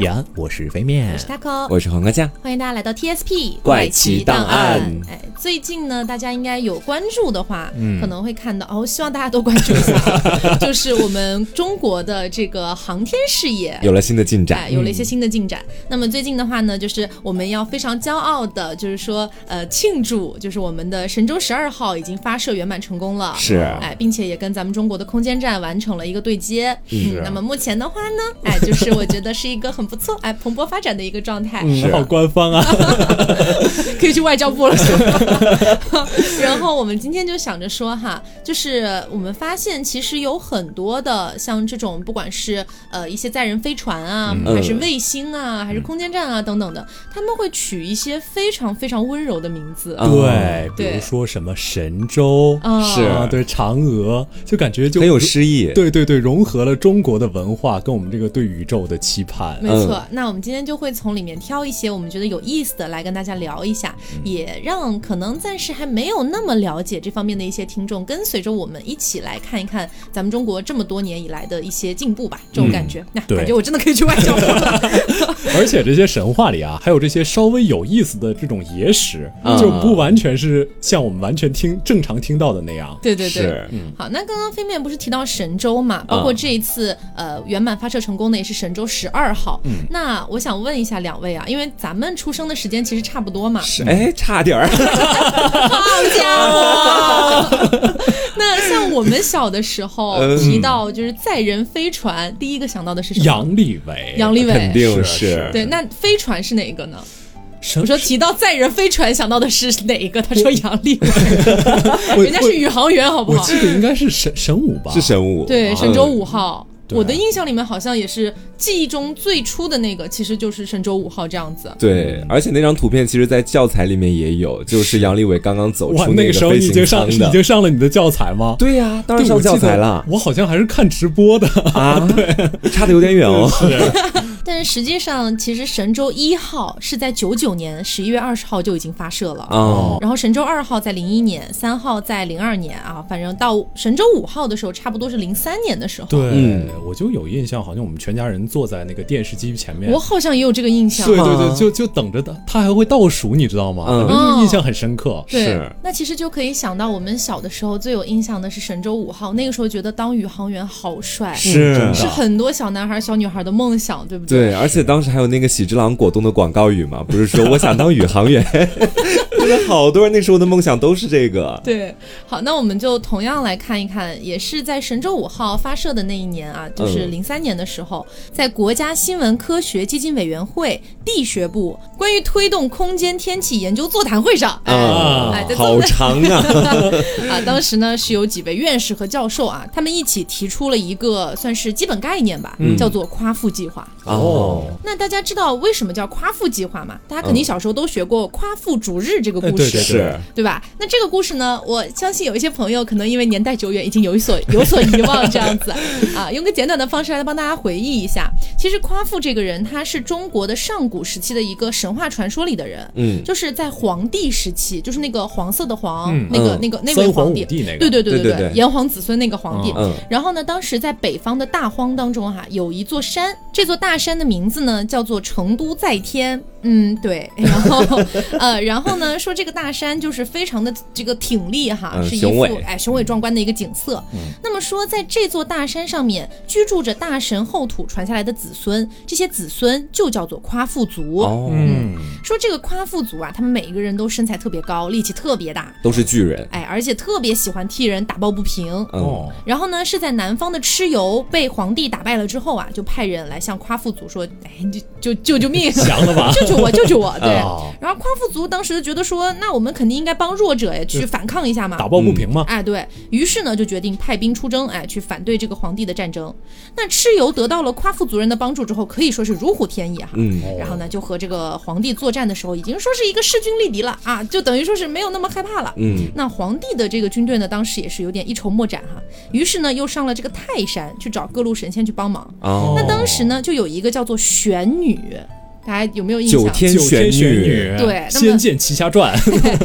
彼岸，我是飞面， 我是 Taco， 我是黄瓜酱， 欢迎大家来到 TSP 怪奇档案。 最近呢，大家应该有关注的话，可能会看到希望大家都关注一下，就是我们中国的这个航天事业有了新的进展， 有了一些新的进展。那么最近的话呢，就是我们要非常骄傲的，就是说庆祝，就是我们的神舟12号已经发射圆满成功了， 是并且也跟咱们中国的空间站完成了一个对接。那么目前的话呢，就是我觉得是一个很不错，蓬勃发展的一个状态。 好官方啊， 可以去外交部了。然后我们今天就想着说哈，就是我们发现其实有很多的像这种不管是一些载人飞船啊，还是卫星啊，还是空间站啊等等的，他们会取一些非常非常温柔的名字。 对，比如说什么神舟， 是对，嫦娥，就感觉就很有诗意。 对对对，融合了中国的文化跟我们这个对宇宙的期盼。 没错，那我们今天就会从里面挑一些我们觉得有意思的来跟大家聊一下，也让可能暂时还没有那么了解这方面的一些听众跟随着我们一起来看一看咱们中国这么多年以来的一些进步吧，这种感觉。感觉我真的可以去外交部了。 而且这些神话里啊，还有这些稍微有意思的这种野史，就不完全是像我们完全正常听到的那样。 对对对，好，那刚刚飞面不是提到神舟嘛，包括这一次圆满发射成功的也是神舟12号。那我想问一下两位啊，因为咱们出生的时间其实差不多嘛。 是，差点儿。 好家伙！那像我们小的时候提到就是载人飞船，第一个想到的是什么？ 杨利伟， 肯定是。 对，那飞船是哪一个呢？我说提到载人飞船想到的是哪一个？他说杨利伟，人家是宇航员，好不好？ 我记得应该是神武吧？ 是神武， 对，神舟5号。我的印象里面好像也是记忆中最初的那个其实就是神舟5号这样子。 对，而且那张图片其实在教材里面也有，就是杨利伟刚刚走出那个飞行舱的。 已经上了你的教材吗？ 对呀，当然上教材了。 我好像还是看直播的啊，对，差得有点远哦。 但是实际上其实神舟1号是在99年11月20号就已经发射了，然后神舟2号在01年，3号在02年啊，反正到神舟5号的时候差不多是03年的时候。 对，我就有印象，好像我们全家人坐在那个电视机前面， 我好像也有这个印象。 对对对，就等着他还会倒数，你知道吗？反正就印象很深刻。 对，那其实就可以想到我们小的时候最有印象的是神舟5号，那个时候觉得当宇航员好帅， 是很多小男孩小女孩的梦想，对不对？ 对，而且当时还有那个喜之郎果冻的广告语嘛，不是说我想当宇航员。就是好多人那时候的梦想都是这个。 对，好，那我们就同样来看一看，也是在神舟5号发射的那一年啊，就是03年的时候，在国家新闻科学基金委员会地学部关于推动空间天气研究座谈会上， 好长啊！当时呢是有几位院士和教授啊，他们一起提出了一个算是基本概念吧，叫做夸父计划。那大家知道为什么叫夸父计划吗？大家肯定小时候都学过夸父逐日这个故事，对吧？那这个故事呢，我相信有一些朋友可能因为年代久远，已经有所遗忘这样子啊。用个简短的方式来帮大家回忆一下，其实夸父这个人，他是中国的上古时期的一个神话传说里的人，就是在黄帝时期，就是那个黄色的黄，那位皇帝，对，炎黄子孙那个皇帝。然后呢，当时在北方的大荒当中有一座山，这座大山的名字呢叫做成都在天。对，然后呢，说这个大山就是非常的这个挺立是一副雄伟壮观的一个景色。那么说在这座大山上面居住着大神后土传下来的子孙，这些子孙就叫做夸父族。说这个夸父族啊，他们每一个人都身材特别高，力气特别大，都是巨人， 而且特别喜欢替人打抱不平。然后呢，是在南方的蚩尤被皇帝打败了之后啊，就派人来向夸父族说，你就救命， 降了吧， 救救我。对，然后夸父族当时就觉得说，那我们肯定应该帮弱者去反抗一下嘛， 打抱不平嘛。 对，于是呢就决定派兵出征，去反对这个皇帝的战争。那蚩尤得到了夸父族人的帮助之后，可以说是如虎添翼然后呢就和这个皇帝作战的时候，已经说是一个势均力敌了啊，就等于说是没有那么害怕了。那皇帝的这个军队呢，当时也是有点一筹莫展于是呢又上了这个泰山去找各路神仙去帮忙。那当时呢就有一个叫做玄女，大家有没有印象？ 九天玄女， 对， 仙剑奇侠传。 那么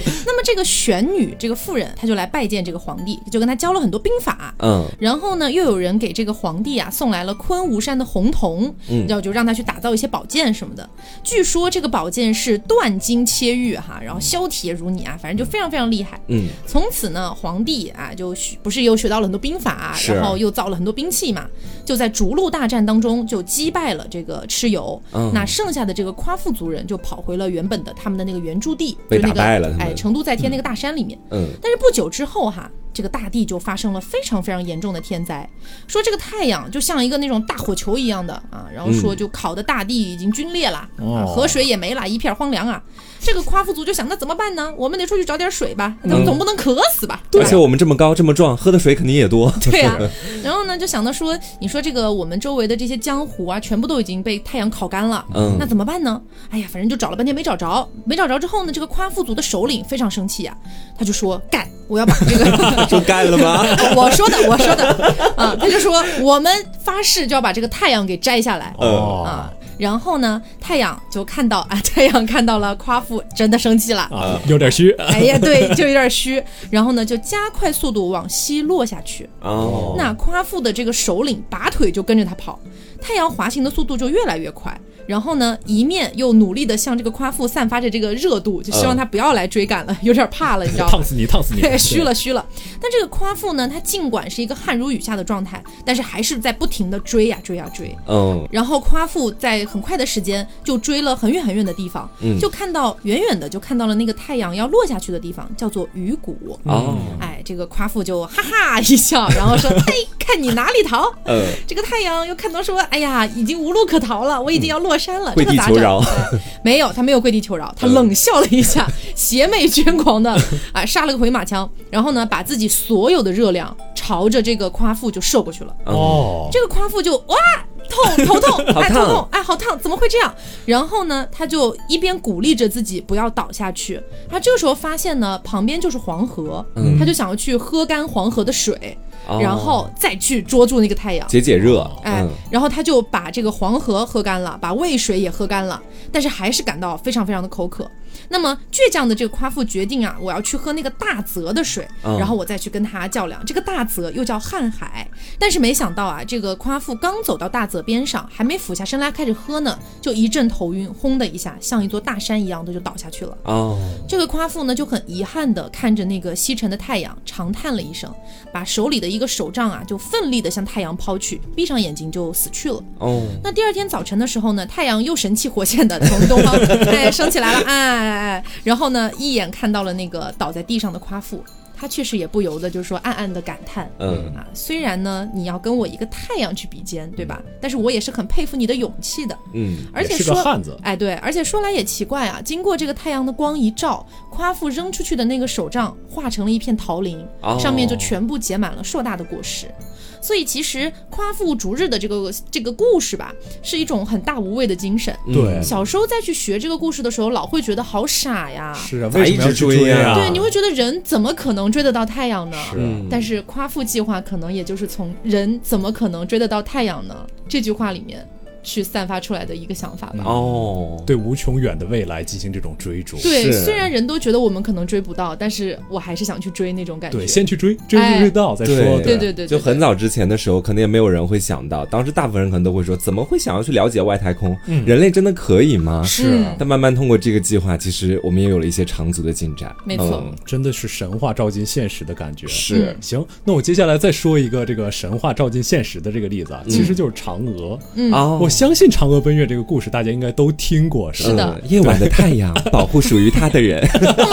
这个玄女这个妇人，她就来拜见这个皇帝，就跟他教了很多兵法。然后呢，又有人给这个皇帝啊送来了昆吾山的红铜，然后就让他去打造一些宝剑什么的。据说这个宝剑是断金切玉哈，然后削铁如泥啊，反正就非常非常厉害。从此呢，皇帝啊就不是又学到了很多兵法，然后又造了很多兵器嘛，就在逐鹿大战当中就击败了这个蚩尤。那剩下的这个夸父族人就跑回了原本的他们的那个原驻地， 被打败了， 成都在天那个大山里面。但是不久之后哈，这个大地就发生了非常非常严重的天灾，说这个太阳就像一个那种大火球一样的啊，然后说就烤的大地已经皲裂了，河水也没了，一片荒凉啊。这个夸父族就想，那怎么办呢？我们得出去找点水吧，总不能渴死吧？ 而且我们这么高这么壮，喝的水肯定也多。 对啊，然后呢就想到说，你说这个我们周围的这些江湖啊，全部都已经被太阳烤干了，那怎么办呢？哎呀，反正就找了半天没找着之后呢，这个夸父族的首领非常生气啊，他就说干，我要把这个说干了吗？ 我说的啊，他就说我们发誓就要把这个太阳给摘下来啊。然后呢，太阳看到了夸父真的生气了啊，有点虚。 哎呀，对，就有点虚。然后呢，就加快速度往西落下去。那夸父的这个首领拔腿就跟着他跑，太阳滑行的速度就越来越快。然后呢，一面又努力的向这个夸父散发着这个热度，就希望他不要来追赶了，有点怕了，你知道吗？ 烫死你！ 对，虚了。但这个夸父呢，他尽管是一个汗如雨下的状态，但是还是在不停的追。然后夸父在很快的时间就追了很远很远的地方，就看到远远的就看到了那个太阳要落下去的地方，叫做鱼谷。这个夸父就哈哈一笑，然后说：“哎，看你哪里逃？”这个太阳又看到说：“哎呀，已经无路可逃了，我已经要落山了。” 跪地求饶？ 没有，他没有跪地求饶，他冷笑了一下，邪魅捐狂的杀了个回马枪，然后呢，把自己所有的热量朝着这个夸父就射过去了。这个夸父就哇！头痛，头痛，好烫，怎么会这样？然后呢，他就一边鼓励着自己不要倒下去。他这个时候发现呢，旁边就是黄河，他就想要去喝干黄河的水，然后再去捉住那个太阳， 解热。 然后他就把这个黄河喝干了，把渭水也喝干了，但是还是感到非常非常的口渴。那么倔强的这个夸父决定啊，我要去喝那个大泽的水，然后我再去跟他较量。这个大泽又叫瀚海，但是没想到啊，这个夸父刚走到大泽边上，还没俯下身来开始喝呢，就一阵头晕，轰的一下，像一座大山一样的就倒下去了。这个夸父呢就很遗憾的看着那个西沉的太阳，长叹了一声，把手里的一个手杖啊就奋力的向太阳抛去，闭上眼睛就死去了。那第二天早晨的时候呢，太阳又神气活现的从东方升起来了，然后呢一眼看到了那个倒在地上的夸父，他确实也不由得就是说暗暗的感叹，虽然呢你要跟我一个太阳去比肩，对吧？但是我也是很佩服你的勇气的，而且是个汉子， 对，而且说来也奇怪啊，经过这个太阳的光一照，夸父扔出去的那个手杖化成了一片桃林，上面就全部结满了硕大的果实。所以其实夸父逐日的这个故事吧，是一种很大无畏的精神。 对， 小时候再去学这个故事的时候，老会觉得好傻呀。 是啊，为什么要追啊？ 对，你会觉得人怎么可能追得到太阳呢？但是夸父计划可能也就是从人怎么可能追得到太阳呢这句话里面去散发出来的一个想法吧。 对无穷远的未来进行这种追逐。 对，虽然人都觉得我们可能追不到，但是我还是想去追那种感觉。 对，先去追到再说。 对， 就很早之前的时候，可能也没有人会想到，当时大部分人可能都会说，怎么会想要去了解外太空？人类真的可以吗？ 是。 但慢慢通过这个计划，其实我们也有了一些长足的进展。 没错， 真的是神话照进现实的感觉。 是。 行，那我接下来再说一个这个神话照进现实的这个例子啊，其实就是嫦娥。我相信嫦娥奔月这个故事大家应该都听过， 是的。 夜晚的太阳保护属于他的人。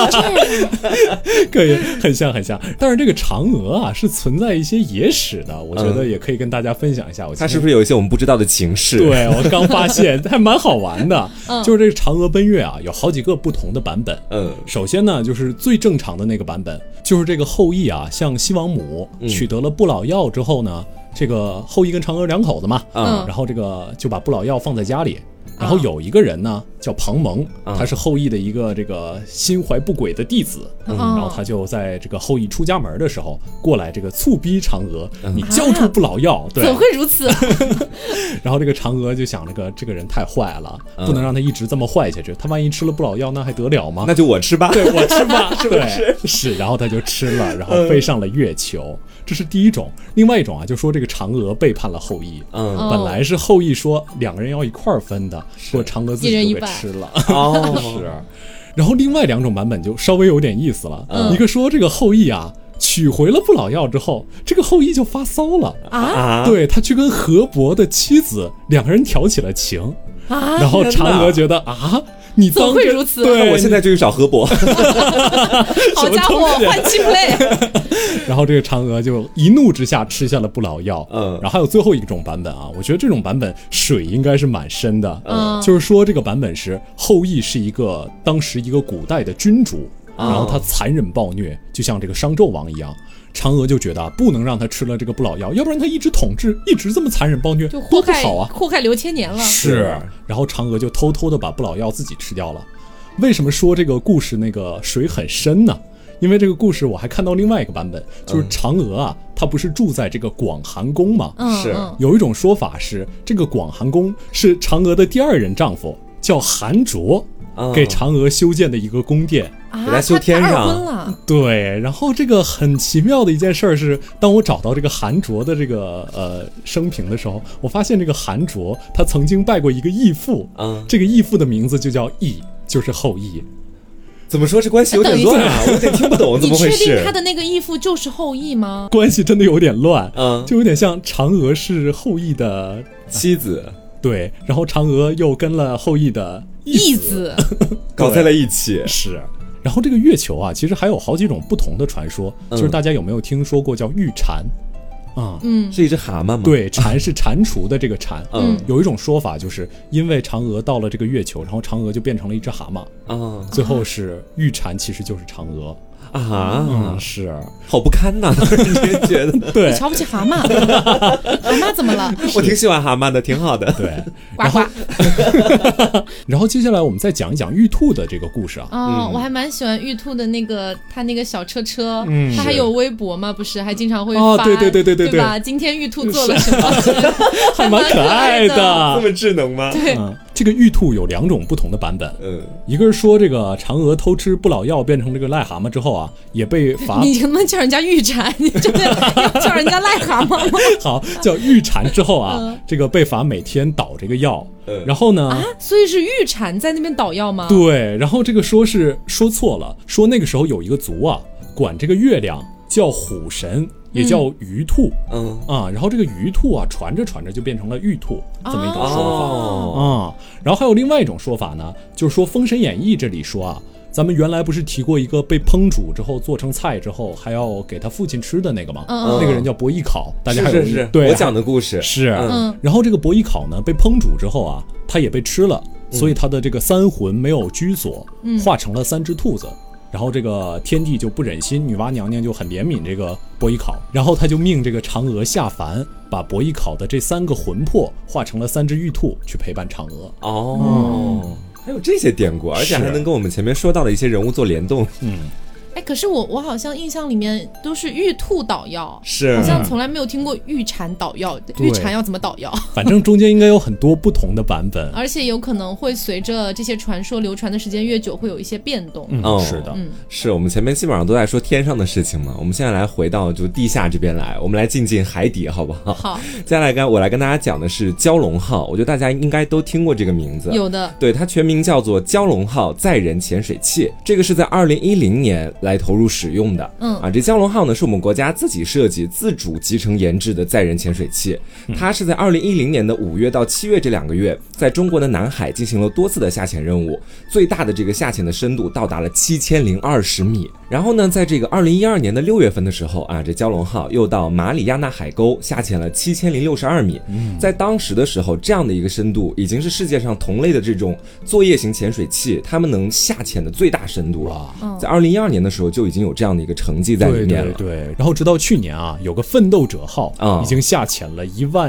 可以，很像。但是这个嫦娥啊是存在一些野史的，我觉得也可以跟大家分享一下。 他是不是有一些我们不知道的情事？ 对，我刚发现还蛮好玩的。就是这个嫦娥奔月啊，有好几个不同的版本。首先呢，就是最正常的那个版本，就是这个后羿啊向西王母取得了不老药之后呢，这个后羿跟嫦娥两口子嘛，然后这个就把不老药放在家里，然后有一个人呢叫庞蒙，他是后羿的一个这个心怀不轨的弟子，然后他就在这个后羿出家门的时候过来这个促逼嫦娥，你交出不老药，对， 怎会如此？ 然后这个嫦娥就想这个人太坏了，不能让他一直这么坏下去，他万一吃了不老药那还得了吗？ 那就我吃吧， 对，我吃吧，是不是？是，然后他就吃了，然后飞上了月球，这是第一种。另外一种啊，就说这个嫦娥背叛了后羿，本来是后羿说2个人要一块儿分的，说嫦娥自己就给吃了，是。然后另外2种版本就稍微有点意思了，一个说这个后羿啊取回了不老药之后，这个后羿就发骚了啊，对，他去跟河伯的妻子2个人挑起了情啊，然后嫦娥觉得啊。你怎么会如此？ 对，我现在就去找河伯。 好家伙，换气 play。 然后这个嫦娥就一怒之下吃下了不老药。然后还有最后一种版本啊，我觉得这种版本水应该是蛮深的。就是说这个版本是后羿是当时一个古代的君主，然后他残忍暴虐，就像这个商纣王一样。嫦娥就觉得不能让他吃了这个不老药，要不然他一直统治，一直这么残忍暴虐，多不好啊！ 祸害刘千年了。 是，然后嫦娥就偷偷的把不老药自己吃掉了。为什么说这个故事那个水很深呢？因为这个故事我还看到另外一个版本，就是嫦娥啊，她不是住在这个广寒宫吗？ 是， 有一种说法是，这个广寒宫是嫦娥的第2任丈夫叫韩卓给嫦娥修建的一个宫殿。 给他修天上了， 对。然后这个很奇妙的一件事是，当我找到这个韩卓的这个生平的时候，我发现这个韩卓他曾经拜过一个义父，这个义父的名字就叫羿，就是后羿。 怎么说这关系有点乱啊？我有点听不懂，怎么回事？ 你确定他的那个义父就是后羿吗？ 关系真的有点乱，就有点像嫦娥是后羿的妻子， 对，然后嫦娥又跟了后羿的义子搞在了一起， 是。然后这个月球啊，其实还有好几种不同的传说，就是大家有没有听说过叫玉蟾啊？ 是一只蛤蟆吗？ 对，蟾是蟾蜍的这个蟾。有一种说法就是因为嫦娥到了这个月球，然后嫦娥就变成了一只蛤蟆最后是玉蟾其实就是嫦娥。是， 好不堪呐！你觉得？ 对， 你瞧不起蛤蟆？蛤蟆怎么了？ 我挺喜欢蛤蟆的，挺好的。 对， 呱呱。 然后接下来我们再讲一讲玉兔的这个故事啊。 我还蛮喜欢玉兔的他那个小车车，他还有微博嘛，不是还经常会发？ 对吧？今天玉兔做了什么？ 还蛮可爱的， 这么智能吗？ 对。 这个玉兔有2种不同的版本，一个是说这个嫦娥偷吃不老药变成这个癞蛤蟆之后啊，也被罚。 你能不能叫人家玉蟾？你真的要叫人家癞蛤蟆吗？ 好，叫玉蟾之后啊，这个被罚每天捣这个药，然后呢？ 所以是玉蟾在那边捣药吗？ 对，然后这个说错了，说那个时候有一个族啊，管这个月亮叫虎神。也叫鱼兔，然后这个鱼兔啊，传着传着就变成了玉兔，这么一种说法然后还有另外一种说法呢，就是说《封神演义》这里说啊，咱们原来不是提过一个被烹煮之后做成菜之后还要给他父亲吃的那个吗？那个人叫伯邑考，大家还有是对我讲的故事是。然后这个伯邑考呢被烹煮之后啊，他也被吃了，所以他的这个3魂没有居所，化成了3只兔子。然后这个天帝就不忍心，女娲娘娘就很怜悯这个伯邑考，然后他就命这个嫦娥下凡，把伯邑考的这3个魂魄化成了3只玉兔去陪伴嫦娥。 还有这些典故，而且还能跟我们前面说到的一些人物做联动。 可是我好像印象里面都是玉兔捣药， 是好像从来没有听过玉蟾捣药。玉蟾要怎么捣药？ 反正中间应该有很多不同的版本， 而且有可能会随着这些传说流传的时间越久，会有一些变动。 是的， 是我们前面基本上都在说天上的事情嘛，我们现在来回到就地下这边来，我们来进海底，好不好？ 好。 接下来我来跟大家讲的是蛟龙号，我觉得大家应该都听过这个名字。 有的。 对，它全名叫做蛟龙号载人潜水器，这个是在2010年来投入使用的。这蛟龙号呢是我们国家自己设计、自主集成研制的载人潜水器。它是在2010年的5月到7月这2个月，在中国的南海进行了多次的下潜任务，最大的这个下潜的深度到达了7020米。然后呢，在这个2012年的6月份的时候这蛟龙号又到马里亚纳海沟下潜了7062米。在当时的时候，这样的一个深度已经是世界上同类的这种作业型潜水器它们能下潜的最大深度了。在2012年的时候就已经有这样的一个成绩在里面了。 对，然后直到去年啊，有个奋斗者号已经下潜了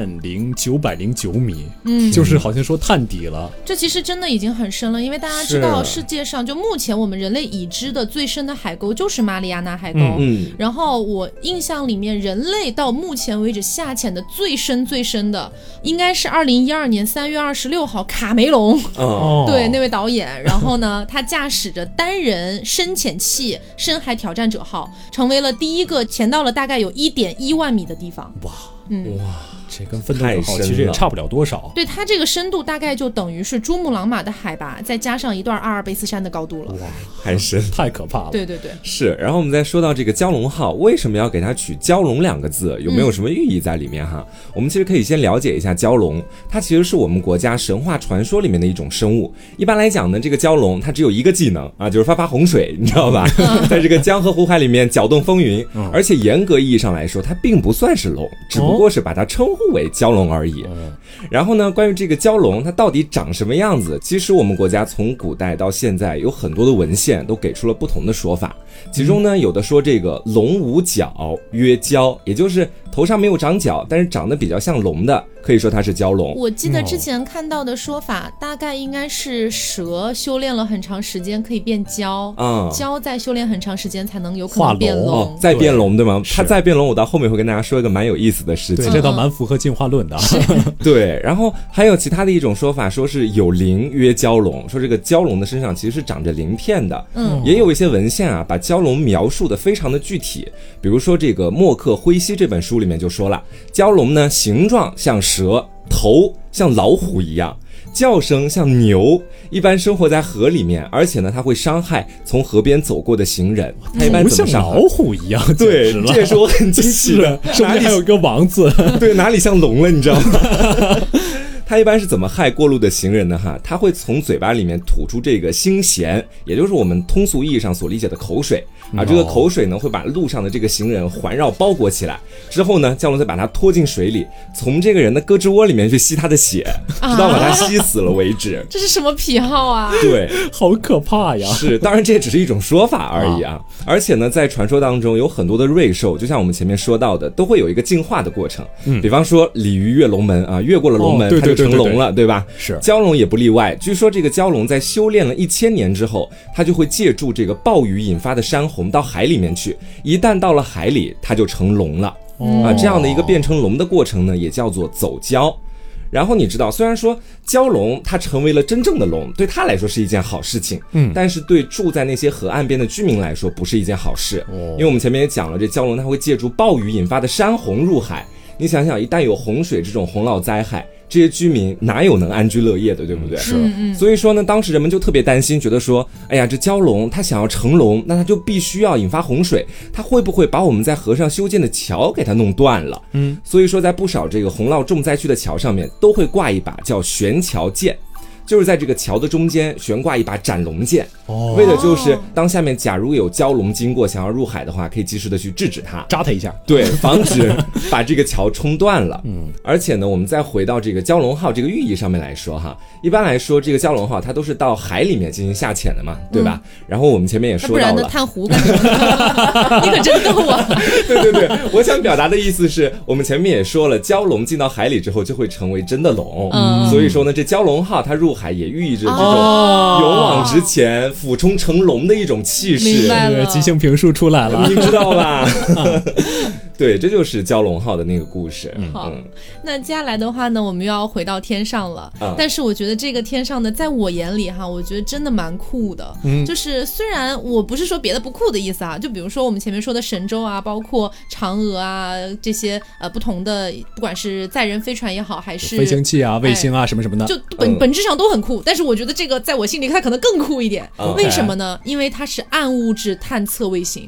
10909米，就是好像说探底了。 这其实真的已经很深了，因为大家知道世界上就目前我们人类已知的最深的海沟就是马里亚纳海沟。然后我印象里面，人类到目前为止下潜的最深的，应该是2012年3月26号卡梅隆，对，那位导演。然后呢，他驾驶着单人深潜器深海挑战者号，成为了第一个潜到了大概有1.1万米的地方。 哇，这跟奋斗者号其实也差不了多少。 对，它这个深度大概就等于是珠穆朗玛的海拔，再加上一段阿尔卑斯山的高度了。 哇，还深， 太可怕了。 对， 是。然后我们再说到这个蛟龙号，为什么要给它取蛟龙2个字？有没有什么寓意在里面哈？我们其实可以先了解一下蛟龙，它其实是我们国家神话传说里面的一种生物。一般来讲呢，这个蛟龙它只有一个技能啊，就是发洪水，你知道吧？在这个江河湖海里面搅动风云，而且严格意义上来说，它并不算是龙，只不过是把它称呼为蛟龙而已。然后呢，关于这个蛟龙它到底长什么样子，其实我们国家从古代到现在有很多的文献都给出了不同的说法。其中呢，有的说这个龙无角曰蛟，也就是头上没有长角，但是长得比较像龙的，可以说它是蛟龙。 我记得之前看到的说法，大概应该是蛇修炼了很长时间可以变蛟，蛟再修炼很长时间才能有可能变龙， 再变龙，对吗？它再变龙，我到后面会跟大家说一个蛮有意思的事情。 对，这倒蛮符合进化论的。 对，然后还有其他的一种说法，说是有鳞曰蛟龙，说这个蛟龙的身上其实是长着鳞片的。也有一些文献啊，把蛟龙描述的非常的具体，比如说这个《墨客徽西》这本书里面就说了，蛟龙呢形状像蛇，头像老虎一样，叫声像牛，一般生活在河里面，而且呢，它会伤害从河边走过的行人。它一般怎么像老虎一样？ 对，这也是我很惊奇的。 上面还有个王字， 对，哪里像龙了，你知道吗？它一般是怎么害过路的行人呢？它会从嘴巴里面吐出这个腥涎，也就是我们通俗意义上所理解的口水。这个口水呢，会把路上的这个行人环绕包裹起来，之后呢，蛟龙再把它拖进水里，从这个人的胳肢窝里面去吸他的血，直到把他吸死了为止。 这是什么癖好啊？ 对， 好可怕呀！ 是，当然这也只是一种说法而已啊。而且呢，在传说当中有很多的瑞兽，就像我们前面说到的，都会有一个进化的过程。比方说鲤鱼跃龙门啊，越过了龙门，它就成龙了，对吧？ 是， 蛟龙也不例外。据说这个蛟龙在修炼了1000年之后，它就会借助这个暴雨引发的山洪到海里面去，一旦到了海里，它就成龙了。这样的一个变成龙的过程呢，也叫做走蛟。然后你知道，虽然说蛟龙它成为了真正的龙，对它来说是一件好事情，但是对住在那些河岸边的居民来说不是一件好事。因为我们前面也讲了，这蛟龙它会借助暴雨引发的山洪入海，你想想，一旦有洪水这种洪涝灾害，这些居民哪有能安居乐业的，对不对？ 是。 所以说呢，当时人们就特别担心，觉得说，哎呀，这蛟龙它想要成龙，那它就必须要引发洪水，它会不会把我们在河上修建的桥给它弄断了？所以说在不少这个洪涝重灾区的桥上面都会挂一把叫悬桥剑，就是在这个桥的中间悬挂一把斩龙剑，为的就是当下面假如有蛟龙经过想要入海的话，可以及时的去制止它， 扎它一下， 对，防止把这个桥冲断了。而且呢，我们再回到这个蛟龙号这个寓意上面来说哈，一般来说这个蛟龙号它都是到海里面进行下潜的嘛，对吧？然后我们前面也说到了， 不然呢探湖干什么？你可真逗啊！ 对，我想表达的意思是我们前面也说了，蛟龙进到海里之后就会成为真的龙，所以说呢，这蛟龙号它入海也寓意着这种勇往直前、俯冲成龙的一种气势。 明白了， 即兴评述出来了， 你知道吧？对，这就是蛟龙号的那个故事。 好，那接下来的话呢，我们又要回到天上了。但是我觉得这个天上的，在我眼里哈，我觉得真的蛮酷的。就是虽然我不是说别的不酷的意思啊，就比如说我们前面说的神舟啊，包括嫦娥啊这些不同的，不管是载人飞船也好，还是飞行器啊、卫星啊什么什么的， 就本质上都很酷。但是我觉得这个在我心里它可能更酷一点。为什么呢？因为它是暗物质探测卫星。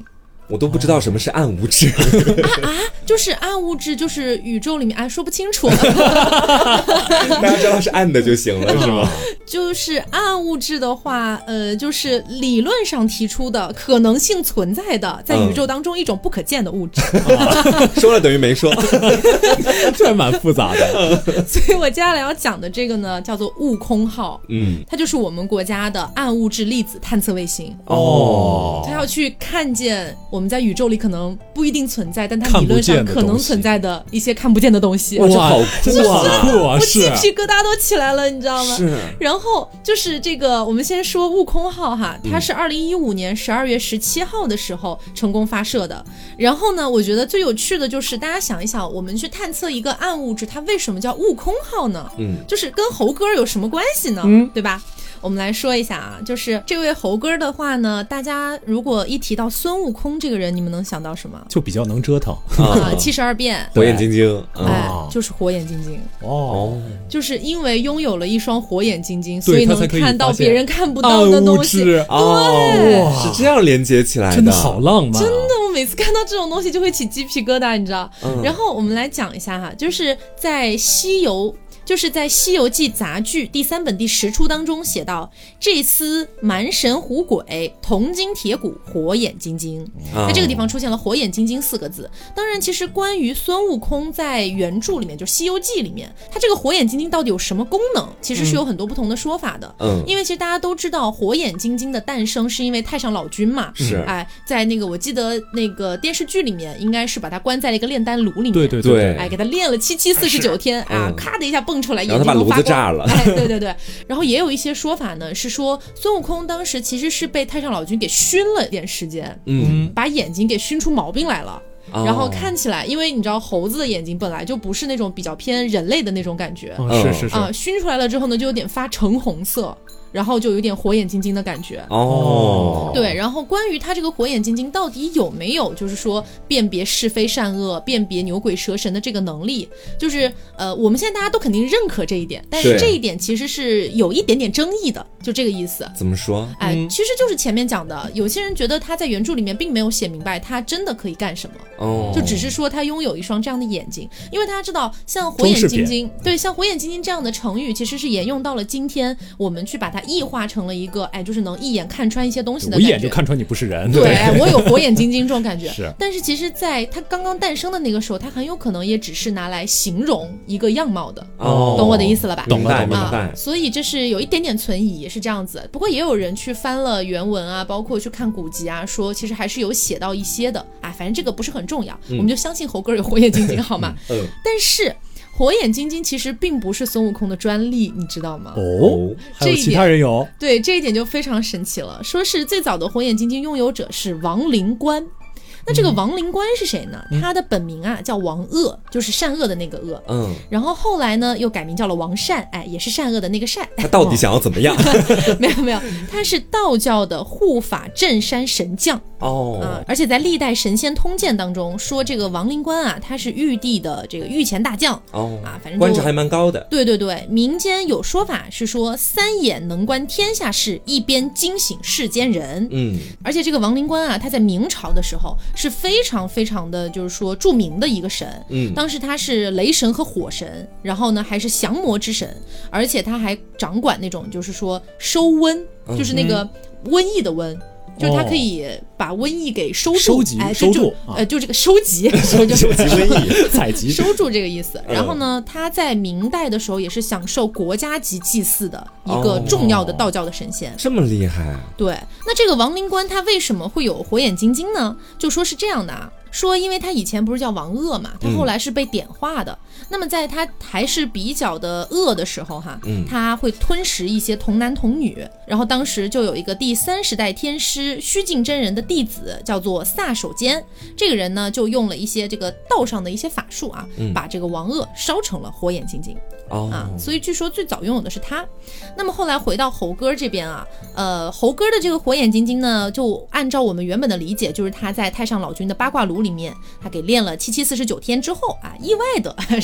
我都不知道什么是暗物质就是暗物质，就是宇宙里面说不清楚大家知道是暗的就行了是吗？ 就是暗物质的话就是理论上提出的可能性存在的在宇宙当中一种不可见的物质说了等于没说这还蛮复杂的所以我接下来要讲的这个呢叫做悟空号，它就是我们国家的暗物质粒子探测卫星它要去看见我们在宇宙里可能不一定存在但它理论上可能存在的一些看不见的东西。 哇，这好酷啊！ 我鸡皮疙瘩都起来了，你知道吗？ 是。 然后就是这个，我们先说悟空号哈，它是2015年12月17号的时候成功发射的。然后呢，我觉得最有趣的就是大家想一想，我们去探测一个暗物质，它为什么叫悟空号呢？就是跟猴哥有什么关系呢？对吧？我们来说一下啊，就是这位猴哥的话呢，大家如果一提到孙悟空这个人，你们能想到什么？ 就比较能折腾 72变， 火眼金睛， 就是火眼金睛就是因为拥有了一双火眼金睛，所以能看到别人看不到的东西。对， 是这样连接起来的， 真的好浪漫， 真的，我每次看到这种东西就会起鸡皮疙瘩，你知道？然后我们来讲一下哈，就是在西游记杂剧第3本第10出当中写到，这厮蛮神虎鬼，铜筋铁骨，火眼金睛。在这个地方出现了火眼金睛4个字。当然其实关于孙悟空在原著里面，就是西游记里面，他这个火眼金睛到底有什么功能，其实是有很多不同的说法的。因为其实大家都知道火眼金睛的诞生是因为太上老君嘛， 是在那个我记得那个电视剧里面应该是把他关在了一个炼丹炉里面， 对对对， 给他炼了749天咔的一下蹦出来， 然后他把炉子炸了， 对对对。然后也有一些说法呢，是说孙悟空当时其实是被太上老君给熏了一点时间，把眼睛给熏出毛病来了。然后看起来，因为你知道猴子的眼睛本来就不是那种比较偏人类的那种感觉， 是熏出来了之后呢，就有点发橙红色。然后就有点火眼金睛的感觉对。然后关于他这个火眼金睛到底有没有就是说辨别是非善恶、辨别牛鬼蛇神的这个能力，就是我们现在大家都肯定认可这一点，但是这一点其实是有一点点争议的，就这个意思。 怎么说？ 其实就是前面讲的，有些人觉得他在原著里面并没有写明白他真的可以干什么，就只是说他拥有一双这样的眼睛。因为大家知道像火眼金睛，对，像火眼金睛这样的成语其实是沿用到了今天，我们去把它异化成了一个就是能一眼看穿一些东西的感觉， 我一眼就看穿你不是人， 对，我有火眼金睛这种感觉是。 但是其实在它刚刚诞生的那个时候，它很有可能也只是拿来形容一个样貌的，懂我的意思了吧？ 明白所以这是有一点点存疑，是这样子。不过也有人去翻了原文啊，包括去看古籍啊，说其实还是有写到一些的反正这个不是很重要，我们就相信猴哥有火眼金睛好吗？但是火眼金睛其实并不是孙悟空的专利，你知道吗？ 还有其他人有？ 对，这一点就非常神奇了。说是最早的火眼金睛拥有者是王灵官。那这个王灵官是谁呢？他的本名叫王恶，就是善恶的那个恶。然后后来呢又改名叫了王善，也是善恶的那个善。 他到底想要怎么样？ 没有，他是道教的护法镇山神将。而且在历代神仙通鉴当中说，这个王灵官他是玉帝的这个御前大将。反正官职还蛮高的。 对对对，民间有说法是说三眼能观天下事，一边惊醒世间人。而且这个王灵官他在明朝的时候是非常非常的就是说著名的一个神。当时他是雷神和火神，然后呢还是降魔之神，而且他还掌管那种就是说收瘟，就是那个瘟疫的瘟，就是他可以把瘟疫给收住，就这个收集瘟疫， 采集收住这个意思。然后呢，他在明代的时候也是享受国家级祭祀的一个重要的道教的神仙。 这么厉害？ 对。那这个王灵官他为什么会有火眼金睛呢？就说是这样的说因为他以前不是叫王恶嘛，他后来是被点化的。那么在他还是比较的恶的时候他会吞食一些童男童女。然后当时就有一个第30代天师虚静真人的弟子叫做萨守坚，这个人呢就用了一些这个道上的一些法术把这个王恶烧成了火眼金睛。所以据说最早拥有的是他。那么后来回到猴哥这边猴哥的这个火眼金睛呢，就按照我们原本的理解，就是他在太上老君的八卦炉里面他给练了7749天之后意外的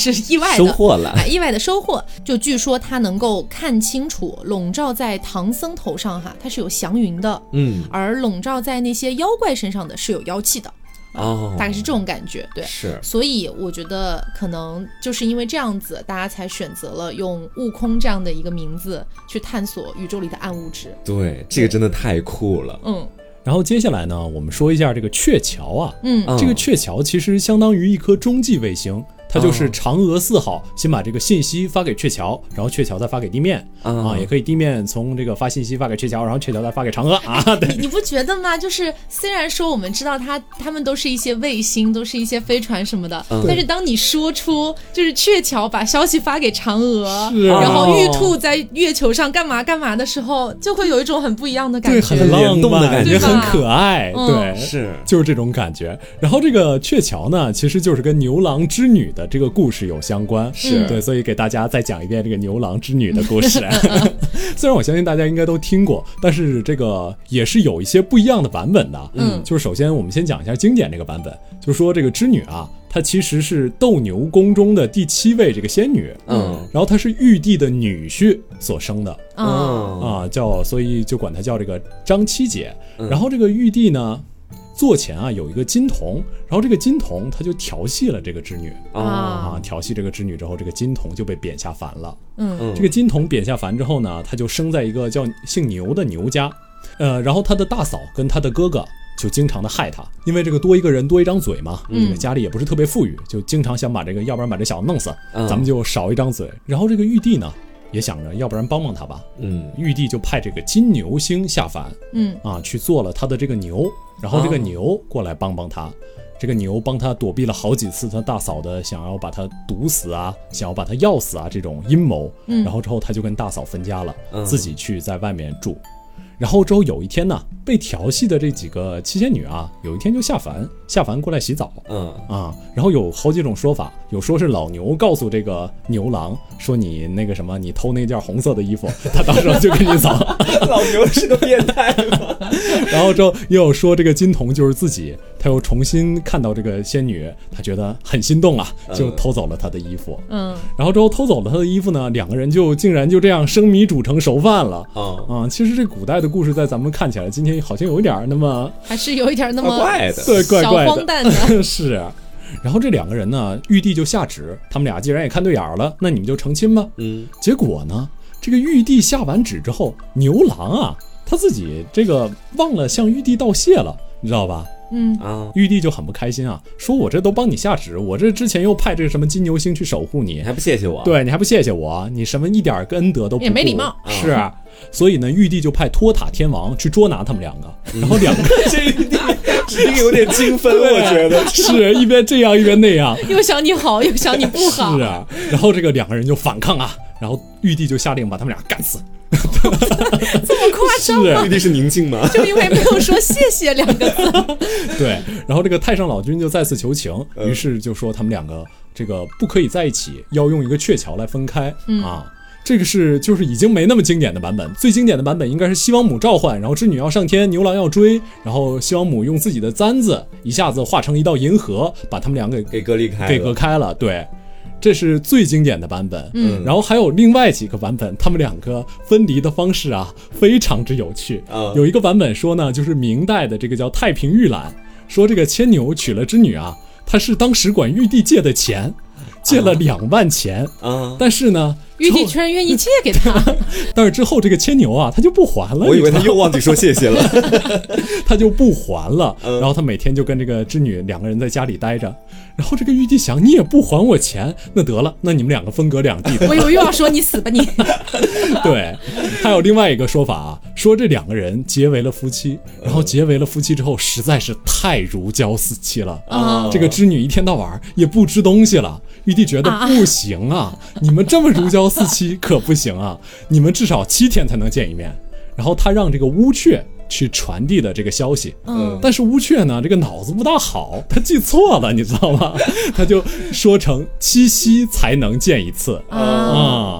是意外的收获了， 意外的收获。就据说他能够看清楚笼罩在唐僧头上哈，它是有祥云的，而笼罩在那些妖怪身上的是有妖气的。大概是这种感觉，对， 是， 所以我觉得可能就是因为这样子，大家才选择了用悟空这样的一个名字去探索宇宙里的暗物质。 对，这个真的太酷了。 然后接下来呢，我们说一下这个鹊桥啊，这个鹊桥其实相当于一颗中继卫星。它就是嫦娥4号先把这个信息发给鹊桥，然后鹊桥再发给地面也可以地面从这个发信息发给鹊桥，然后鹊桥再发给嫦娥对， 你不觉得吗？就是虽然说我们知道他们都是一些卫星，都是一些飞船什么的，但是当你说出就是鹊桥把消息发给嫦娥，然后玉兔在月球上干嘛干嘛的时候，就会有一种很不一样的感觉， 对，很浪漫的感觉，很可爱，对， 是， 就是这种感觉。然后这个鹊桥呢，其实就是跟牛郎织女的这个故事有相关， 是对， 所以给大家再讲一遍这个牛郎织女的故事。虽然我相信大家应该都听过，但是这个也是有一些不一样的版本的。就是首先我们先讲一下经典这个版本，就是说这个织女啊，她其实是斗牛宫中的第7位这个仙女，然后她是玉帝的女婿所生的，所以就管她叫这个张七姐。然后这个玉帝呢，座前啊有一个金童，然后这个金童他就调戏了这个织女调戏这个织女之后，这个金童就被贬下凡了。这个金童贬下凡之后呢，他就生在一个叫姓牛的牛家，然后他的大嫂跟他的哥哥就经常的害他，因为这个多一个人多一张嘴嘛，家里也不是特别富裕，就经常想把这个，要不然把这小子弄死，咱们就少一张嘴。然后这个玉帝呢也想着要不然帮帮他吧，玉帝就派这个金牛星下凡，去做了他的这个牛，然后这个牛过来帮帮他，这个牛帮他躲避了好几次他大嫂的想要把他毒死啊，想要把他药死啊这种阴谋，然后之后他就跟大嫂分家了，自己去在外面住。然后之后有一天呢，被调戏的这几个七仙女啊，有一天就下凡过来洗澡，然后有好几种说法，有说是老牛告诉这个牛郎说你那个什么，你偷那件红色的衣服，他到时候就跟你走。 老牛是个变态吗？ 然后之后也有说这个金童就是自己，他又重新看到这个仙女，他觉得很心动啊，就偷走了她的衣服。然后之后偷走了她的衣服呢，两个人就竟然就这样生米煮成熟饭了。其实这古代的故事在咱们看起来今天好像有一点那么， 还是有一点那么怪的， 对，怪怪的， 小荒诞的。 是啊。然后这两个人呢，玉帝就下旨，他们俩既然也看对眼了，那你们就成亲吧。结果呢，这个玉帝下完旨之后，牛郎啊他自己这个忘了向玉帝道谢了，你知道吧？玉帝就很不开心啊，说我这都帮你下旨，我这之前又派这个什么金牛星去守护你， 还不谢谢我？ 对，你还不谢谢我，你什么一点恩德都不顾， 也没礼貌。 是啊，所以呢，玉帝就派托塔天王去捉拿他们两个，然后两个这玉帝指定有点精分，我觉得是一边这样一边那样， 又想你好，又想你不好。 是啊，然后这个两个人就反抗啊，然后玉帝就下令把他们俩干死。 这么夸张吗？ 玉帝是宁静吗？ 就因为没有说谢谢两个字。 对，然后这个太上老君就再次求情，于是就说他们两个这个不可以在一起，要用一个鹊桥来分开。这个是就是已经没那么经典的版本，最经典的版本应该是西王母召唤，然后织女要上天，牛郎要追，然后西王母用自己的簪子一下子化成一道银河，把他们两个给隔离开了， 给隔开了。对。这是最经典的版本，然后还有另外几个版本，他们两个分离的方式啊非常之有趣。有一个版本说呢，就是明代的这个叫太平御览，说这个牵牛娶了织女啊，他是当时管玉帝借的钱，借了2万钱，但是呢， 玉帝居然愿意借给他， 但是之后这个牵牛啊，他就不还了。 我以为他又忘记说谢谢了， 他就不还了。然后他每天就跟这个织女两个人在家里待着。然后这个玉帝想，你也不还我钱，那得了，那你们两个分隔两地。 我以为又要说你死吧你。 对，还有另外一个说法啊，说这两个人结为了夫妻，然后结为了夫妻之后，实在是太如胶似漆了。这个织女一天到晚也不吃东西了。玉帝觉得不行啊，你们这么如胶似漆可不行啊，你们至少7天才能见一面。然后他让这个乌鹊去传递的这个消息，但是乌鹊呢，这个脑子不大好，他记错了，你知道吗？他就说成7夕才能见一次。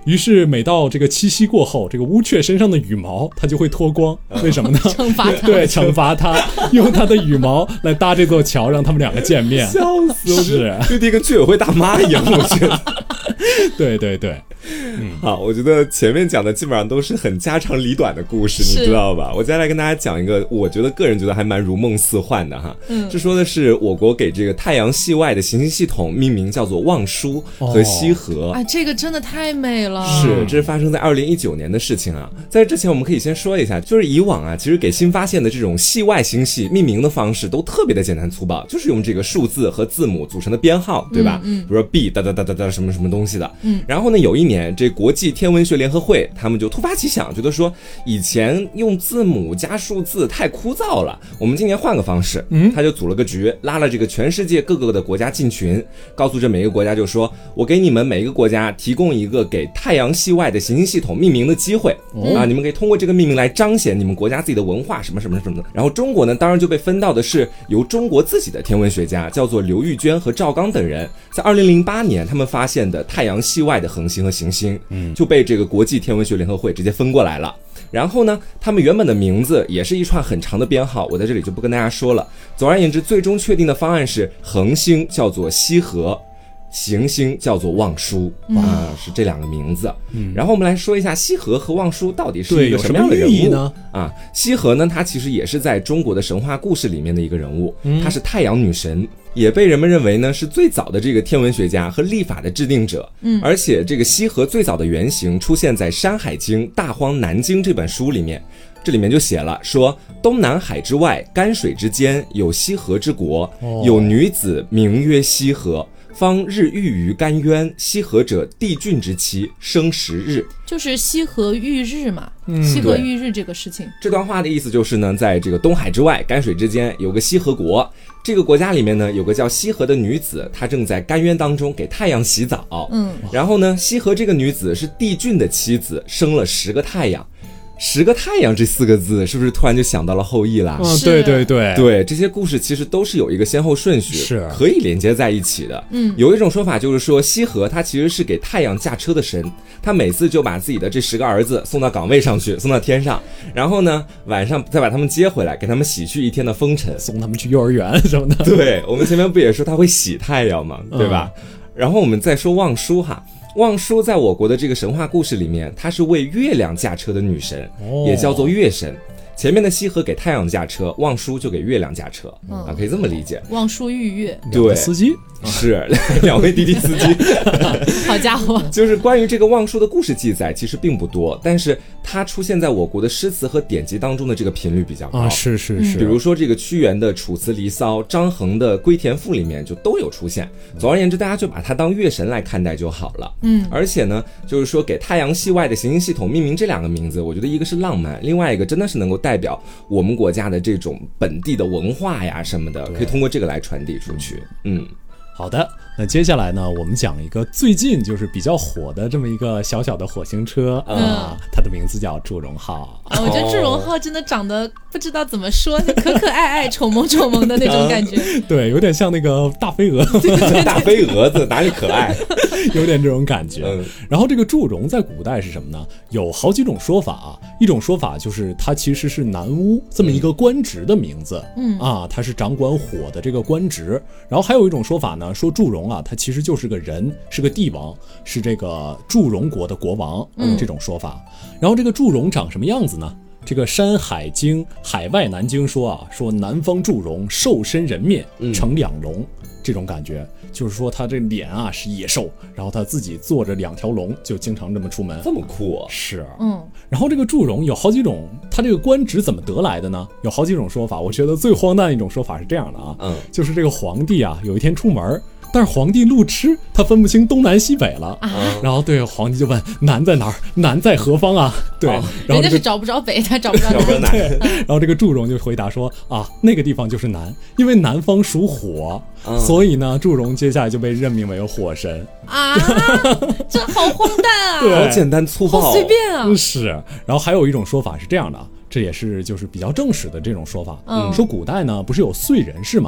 于是每到这个七夕过后，这个乌鹊身上的羽毛它就会脱光，为什么呢？ 惩罚他， 对，惩罚他，用他的羽毛来搭这座桥，让他们两个见面。 笑死我！ 是， 就跟一个居委会大妈一样，我觉得。 对对对。 好，我觉得前面讲的基本上都是很家长里短的故事，你知道吧？我接下来跟大家讲一个，我觉得个人觉得还蛮如梦似幻的哈。这说的是我国给这个太阳系外的行星系统命名叫做望舒和羲和。 这个真的太美了。 是，这是发生在2019年的事情啊。在之前我们可以先说一下，就是以往啊，其实给新发现的这种系外星系命名的方式都特别的简单粗暴，就是用这个数字和字母组成的编号，对吧？比如说 B 哒哒哒哒哒什么什么东西的。然后呢，有一年这国际天文学联合会他们就突发奇想，觉得说以前用字母加数字太枯燥了，我们今年换个方式。他就组了个局，拉了这个全世界各个的国家进群，告诉这每个国家就说，我给你们每一个国家提供一个给太阳系外的行星系统命名的机会啊，你们可以通过这个命名来彰显你们国家自己的文化什么什么什么的。然后中国呢，当然就被分到的是由中国自己的天文学家叫做刘玉娟和赵刚等人，在2008年他们发现的太阳系外的恒星和行星，就被这个国际天文学联合会直接分过来了。然后呢，他们原本的名字也是一串很长的编号，我在这里就不跟大家说了。总而言之，最终确定的方案是恒星叫做羲和，行星叫做望舒啊，是这两个名字。然后我们来说一下羲和和望舒到底是一个什么样的人物呢？ 啊，羲和呢，她其实也是在中国的神话故事里面的一个人物，她是太阳女神，也被人们认为呢是最早的这个天文学家和历法的制定者。而且这个羲和最早的原型出现在《山海经·大荒南经》这本书里面。这里面就写了说，东南海之外，干水之间，有羲和之国，有女子名曰羲和，方日浴于干渊，羲和者帝俊之妻，生10日。 就是羲和浴日嘛，羲和浴日这个事情。 这段话的意思就是呢，在这个东海之外，干水之间有个羲和国，这个国家里面呢有个叫羲和的女子，她正在干渊当中给太阳洗澡。然后呢，羲和这个女子是帝俊的妻子，生了10个太阳。10个太阳这4个字是不是突然就想到了后羿啦？ 对对对对，这些故事其实都是有一个先后顺序， 是可以连接在一起的。有一种说法就是说，羲和他其实是给太阳驾车的神，他每次就把自己的这10个儿子送到岗位上去，送到天上，然后呢晚上再把他们接回来，给他们洗去一天的风尘， 送他们去幼儿园什么的。 对，我们前面不也说他会洗太阳吗？对吧？然后我们再说望舒哈。望舒在我国的这个神话故事里面，她是为月亮驾车的女神，也叫做月神。前面的羲和给太阳驾车，望舒就给月亮驾车啊，可以这么理解。 望舒御月， 对， 司机是2位滴滴司机。 好家伙！ 就是关于这个望舒的故事记载其实并不多，但是它出现在我国的诗词和典籍当中的这个频率比较高啊，是是是。 比如说这个屈原的《楚辞离骚》，张衡的《归田赋》里面就都有出现。总而言之，大家就把它当月神来看待就好了。而且呢，就是说给太阳系外的行星系统命名这2个名字，我觉得一个是浪漫，另外一个真的是能够代表我们国家的这种本地的文化呀什么的，可以通过这个来传递出去。 好的，那接下来呢，我们讲一个最近就是比较火的这么一个小小的火星车它的名字叫祝融号。 我觉得祝融号真的长得不知道怎么说，可可爱爱、丑萌丑萌的那种感觉。 对，有点像那个大飞蛾。 大飞蛾子哪里可爱？ 有点这种感觉。然后这个祝融在古代是什么呢？有好几种说法啊。一种说法就是它其实是南巫这么一个官职的名字，它是掌管火的这个官职。然后还有一种说法呢，说祝融啊，他其实就是个人，是个帝王，是这个祝融国的国王，这种说法。然后这个祝融长什么样子呢？这个《山海经·海外南经》说啊，说南方祝融兽身人面，呈2龙，这种感觉就是说他这脸啊是野兽，然后他自己坐着2条龙，就经常这么出门。 这么酷啊！ 是，然后这个祝融有好几种，他这个官职怎么得来的呢？有好几种说法。我觉得最荒诞的一种说法是这样的啊，就是这个皇帝啊有一天出门，但是皇帝路痴，他分不清东南西北了然后对皇帝就问南在哪儿，南在何方啊？对，然后人家是找不着北，他找不着南。 对，然后这个祝融就回答说啊，那个地方就是南，因为南方属火，所以呢，祝融接下来就被任命为火神啊，这好荒诞啊！ 好简单粗暴， 好随便啊！ 是，然后还有一种说法是这样的，这也是就是比较正史的这种说法，说古代呢不是有燧人氏吗？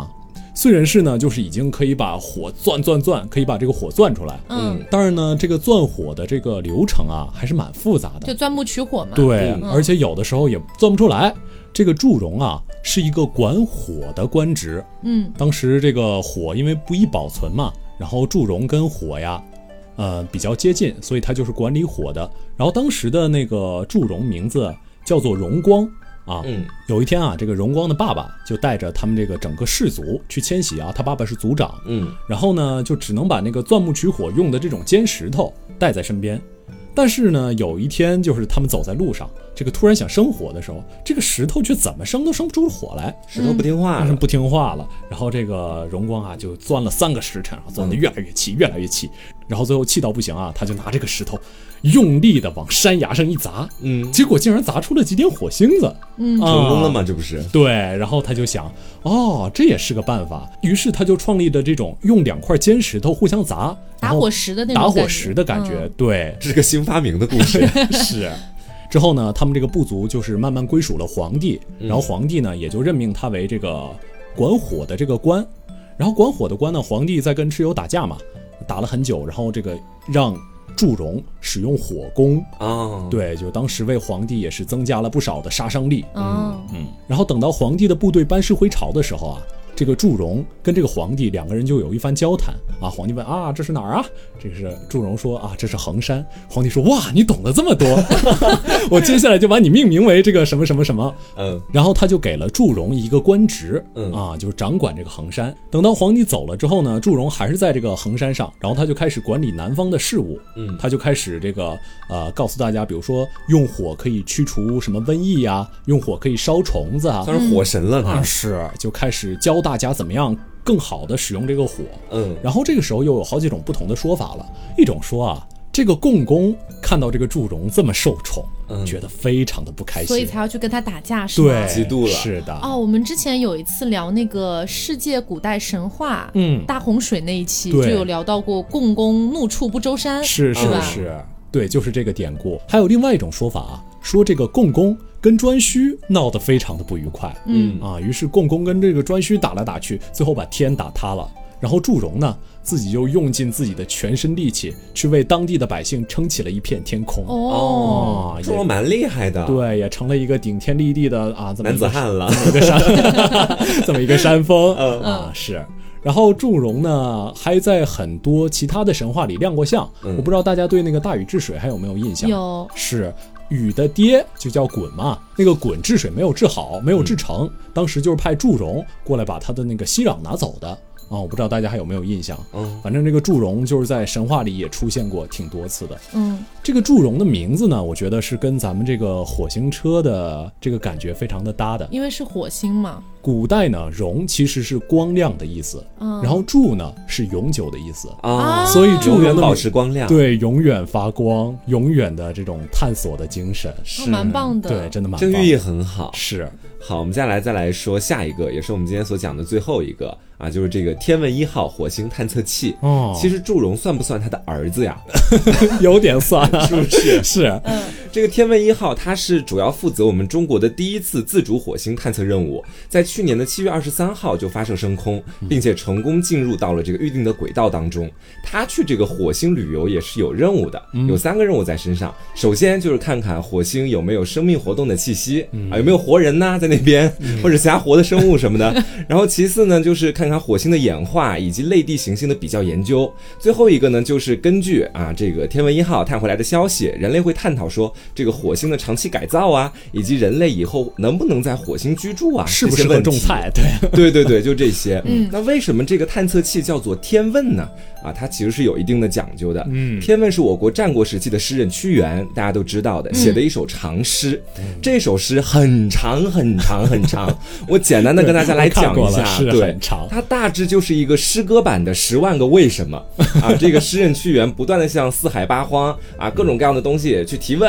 燧人氏呢，就是已经可以把火钻，可以把这个火钻出来。当然呢，这个钻火的这个流程啊，还是蛮复杂的， 就钻木取火嘛。 对，而且有的时候也钻不出来。这个祝融啊，是一个管火的官职。当时这个火因为不易保存嘛，然后祝融跟火呀，比较接近，所以他就是管理火的。然后当时的那个祝融名字叫做荣光。有一天啊，这个荣光的爸爸就带着他们这个整个氏族去迁徙啊，他爸爸是族长，然后呢就只能把那个钻木取火用的这种尖石头带在身边。但是呢，有一天就是他们走在路上，这个突然想生火的时候，这个石头却怎么生都生不出火来， 石头不听话了， 不听话了。然后这个荣光啊，就钻了3个时辰，钻得越来越气，越来越气。然后最后气到不行啊，他就拿这个石头用力的往山崖上一砸，结果竟然砸出了几点火星子， 成功了吗？这不是？ 对，然后他就想，这也是个办法，于是他就创立了这种用2块尖石头互相砸， 打火石的那种打火石的感觉，对， 这是个新发明的故事， 是。之后呢，他们这个部族就是慢慢归属了皇帝，然后皇帝呢也就任命他为这个管火的这个官，然后管火的官呢，皇帝在跟蚩尤打架嘛，打了很久，然后这个让祝融使用火攻对，就当时为皇帝也是增加了不少的杀伤力。然后等到皇帝的部队班师回朝的时候啊，这个祝融跟这个皇帝2个人就有一番交谈啊。皇帝问啊，这是哪儿啊？这是祝融说啊，这是衡山。皇帝说，哇，你懂得这么多，我接下来就把你命名为这个什么什么什么。然后他就给了祝融一个官职就是掌管这个衡山。等到皇帝走了之后呢，祝融还是在这个衡山上，然后他就开始管理南方的事务。他就开始这个告诉大家，比如说用火可以驱除什么瘟疫啊，用火可以烧虫子啊， 算是火神了他。 是，就开始教大家怎么样更好的使用这个火。然后这个时候又有好几种不同的说法了。一种说啊，这个共工看到这个祝融这么受宠，觉得非常的不开心， 所以才要去跟他打架，是吗？ 对， 嫉妒了。 是的。 我们之前有一次聊那个世界古代神话，大洪水那一期就有聊到过共工怒触不周山， 是对，就是这个典故。还有另外一种说法啊，说这个共工跟颛顼闹得非常的不愉快，于是共工跟这个颛顼打来打去，最后把天打塌了。然后祝融呢，自己就用尽自己的全身力气去为当地的百姓撑起了一片天空。 祝融蛮厉害的， 对，也成了一个顶天立地的男子汉了， 这么一个山峰是。然后祝融呢，还在很多其他的神话里亮过相。我不知道大家对那个大禹治水还有没有印象？ 有， 是禹的爹就叫鲧嘛，那个鲧治水没有治好，没有治成，当时就是派祝融过来把他的那个息壤拿走的。我不知道大家还有没有印象。反正这个祝融就是在神话里也出现过挺多次的。这个祝融的名字呢，我觉得是跟咱们这个火星车的这个感觉非常的搭的， 因为是火星嘛。 古代呢，融其实是光亮的意思，然后祝呢是永久的意思所以祝融保持光亮， 对，永远发光，永远的这种探索的精神， 是蛮棒的， 对，真的蛮棒的， 这个寓意很好。 是。 好，我们再来说下一个，也是我们今天所讲的最后一个啊，就是这个天问1号火星探测器。其实祝融算不算他的儿子呀？ 有点算， 是不是？ 是。 这个天问1号，它是主要负责我们中国的第一次自主火星探测任务，在去年的7月23号就发射升空，并且成功进入到了这个预定的轨道当中。它去这个火星旅游也是有任务的，有3个任务在身上。首先就是看看火星有没有生命活动的气息有没有活人呢在那边，或者其他活的生物什么的。然后其次呢，就是看看火星的演化以及类地行星的比较研究。最后一个呢，就是根据这个天问1号探回来的消息，人类会探讨说这个火星的长期改造啊，以及人类以后能不能在火星居住啊， 适不适合种菜， 对，就这些。那为什么这个探测器叫做天问呢？它其实是有一定的讲究的。天问是我国战国时期的诗人屈原，大家都知道的，写的一首长诗。这首诗很长很长很长，我简单的跟大家来讲一下。对，它大致就是一个诗歌版的10万个为什么这个诗人屈原不断的向四海八荒各种各样的东西去提问。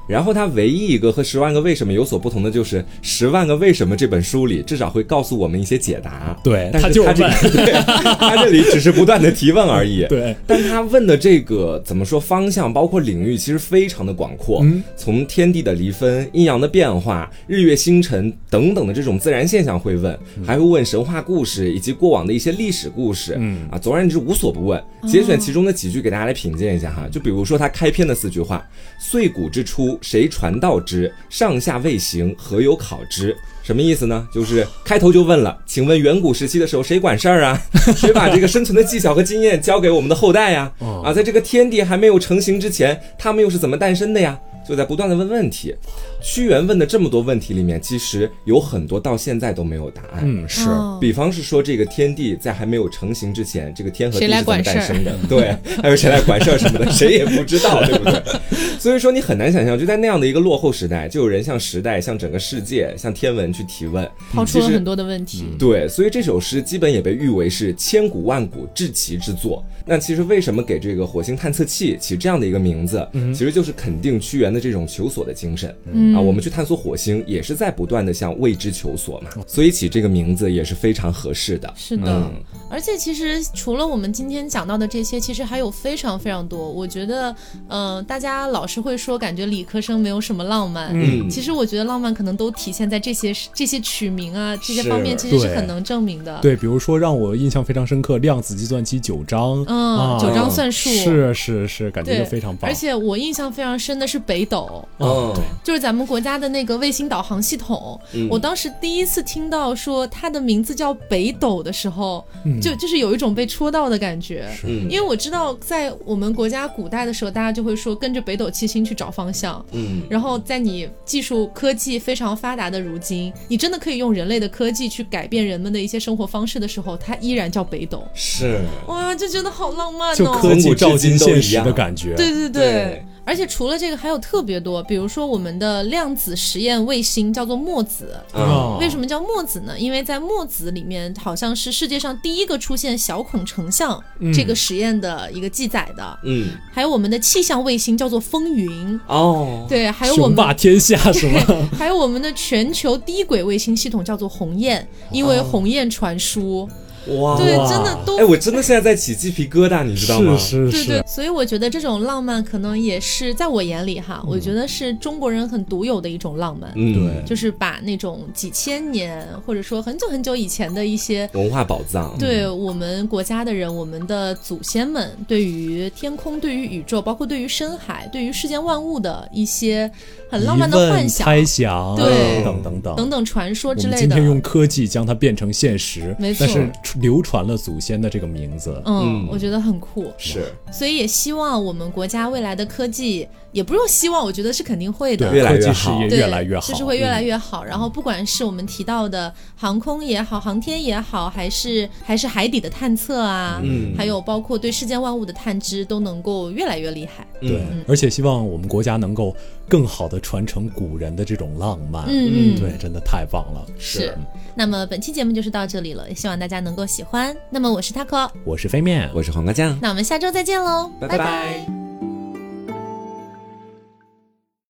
然后它唯一一个和10万个为什么有所不同的就是10万个为什么这本书里至少会告诉我们一些解答。 对， 但是他这里只是不断的提问而已。 对， 但他问的这个怎么说方向包括领域其实非常的广阔，从天地的离分、阴阳的变化、日月星辰等等的这种自然现象会问，还会问神话故事以及过往的一些历史故事，总而言之无所不问。节选其中的几句给大家来品鉴一下哈，就比如说他开篇的4句话：岁古之初，谁传道之？上下未形，何有考之？什么意思呢？就是开头就问了，请问远古时期的时候谁管事儿啊？谁把这个生存的技巧和经验交给我们的后代呀？在这个天地还没有成型之前，他们又是怎么诞生的呀？就在不断的问问题。屈原问的这么多问题里面，其实有很多到现在都没有答案。 是， 比方是说这个天地在还没有成型之前，这个天和地是怎么诞生的？对，还有谁来管事儿什么的，谁也不知道，对不对？所以说你很难想象，就在那样的一个落后时代，就有人向时代、向整个世界、向天文去提问， 抛出了很多的问题。 对，所以这首诗基本也被誉为是千古万古至奇之作。那其实为什么给这个火星探测器起这样的一个名字，其实就是肯定屈原的这种求索的精神。我们去探索火星也是在不断的向未知求索嘛，所以起这个名字也是非常合适的。 是的，而且其实除了我们今天讲到的这些，其实还有非常非常多。我觉得大家老是会说感觉理科生没有什么浪漫，其实我觉得浪漫可能都体现在这些取名啊这些方面，其实是很能证明的。 对，比如说让我印象非常深刻量子计算机9章 ，9章算术， 是感觉就非常棒。 而且我印象非常深的是北斗，对，就是咱们国家的那个卫星导航系统。我当时第一次听到说它的名字叫北斗的时候，就是有一种被戳到的感觉。因为我知道在我们国家古代的时候，大家就会说跟着北斗七星去找方向。然后在你技术科技非常发达的如今，你真的可以用人类的科技去改变人们的一些生活方式的时候，它依然叫北斗。 是， 哇，就觉得好浪漫哦， 就科技照进现实的感觉。 对。而且除了这个还有特别多，比如说我们的量子实验卫星叫做墨子。为什么叫墨子呢？因为在墨子里面好像是世界上第一个出现小孔成像这个实验的一个记载的。还有我们的气象卫星叫做风云。对，还有我们雄霸天下什么？ 还有我们的全球低轨卫星系统叫做鸿雁，因为鸿雁传书。 哇， 对，真的都， 我真的现在在起鸡皮疙瘩，你知道吗？ 是， 对，所以我觉得这种浪漫可能也是在我眼里哈，我觉得是中国人很独有的一种浪漫。 对， 就是把那种几千年或者说很久很久以前的一些文化宝藏， 对我们国家的人，我们的祖先们对于天空、对于宇宙，包括对于深海、对于世间万物的一些很浪漫的幻想、 猜想， 对， 等等传说之类的。 我们今天用科技将它变成现实， 没错， 但是流传了祖先的这个名字。 我觉得很酷。 是， 所以也希望我们国家未来的科技，也不用希望，我觉得是肯定会的， 越来越好， 科技事业越来越好， 就是会越来越好。然后不管是我们提到的航空也好，航天也好，还是海底的探测啊，还有包括对世间万物的探知，都能够越来越厉害。 对，而且希望我们国家能够更好的传承古人的这种浪漫。对，真的太棒了。 是。那么本期节目就是到这里了，也希望大家能够喜欢。那么我是 Taco， 我是飞面， 我是黄瓜酱。 那我们下周再见喽， 拜拜。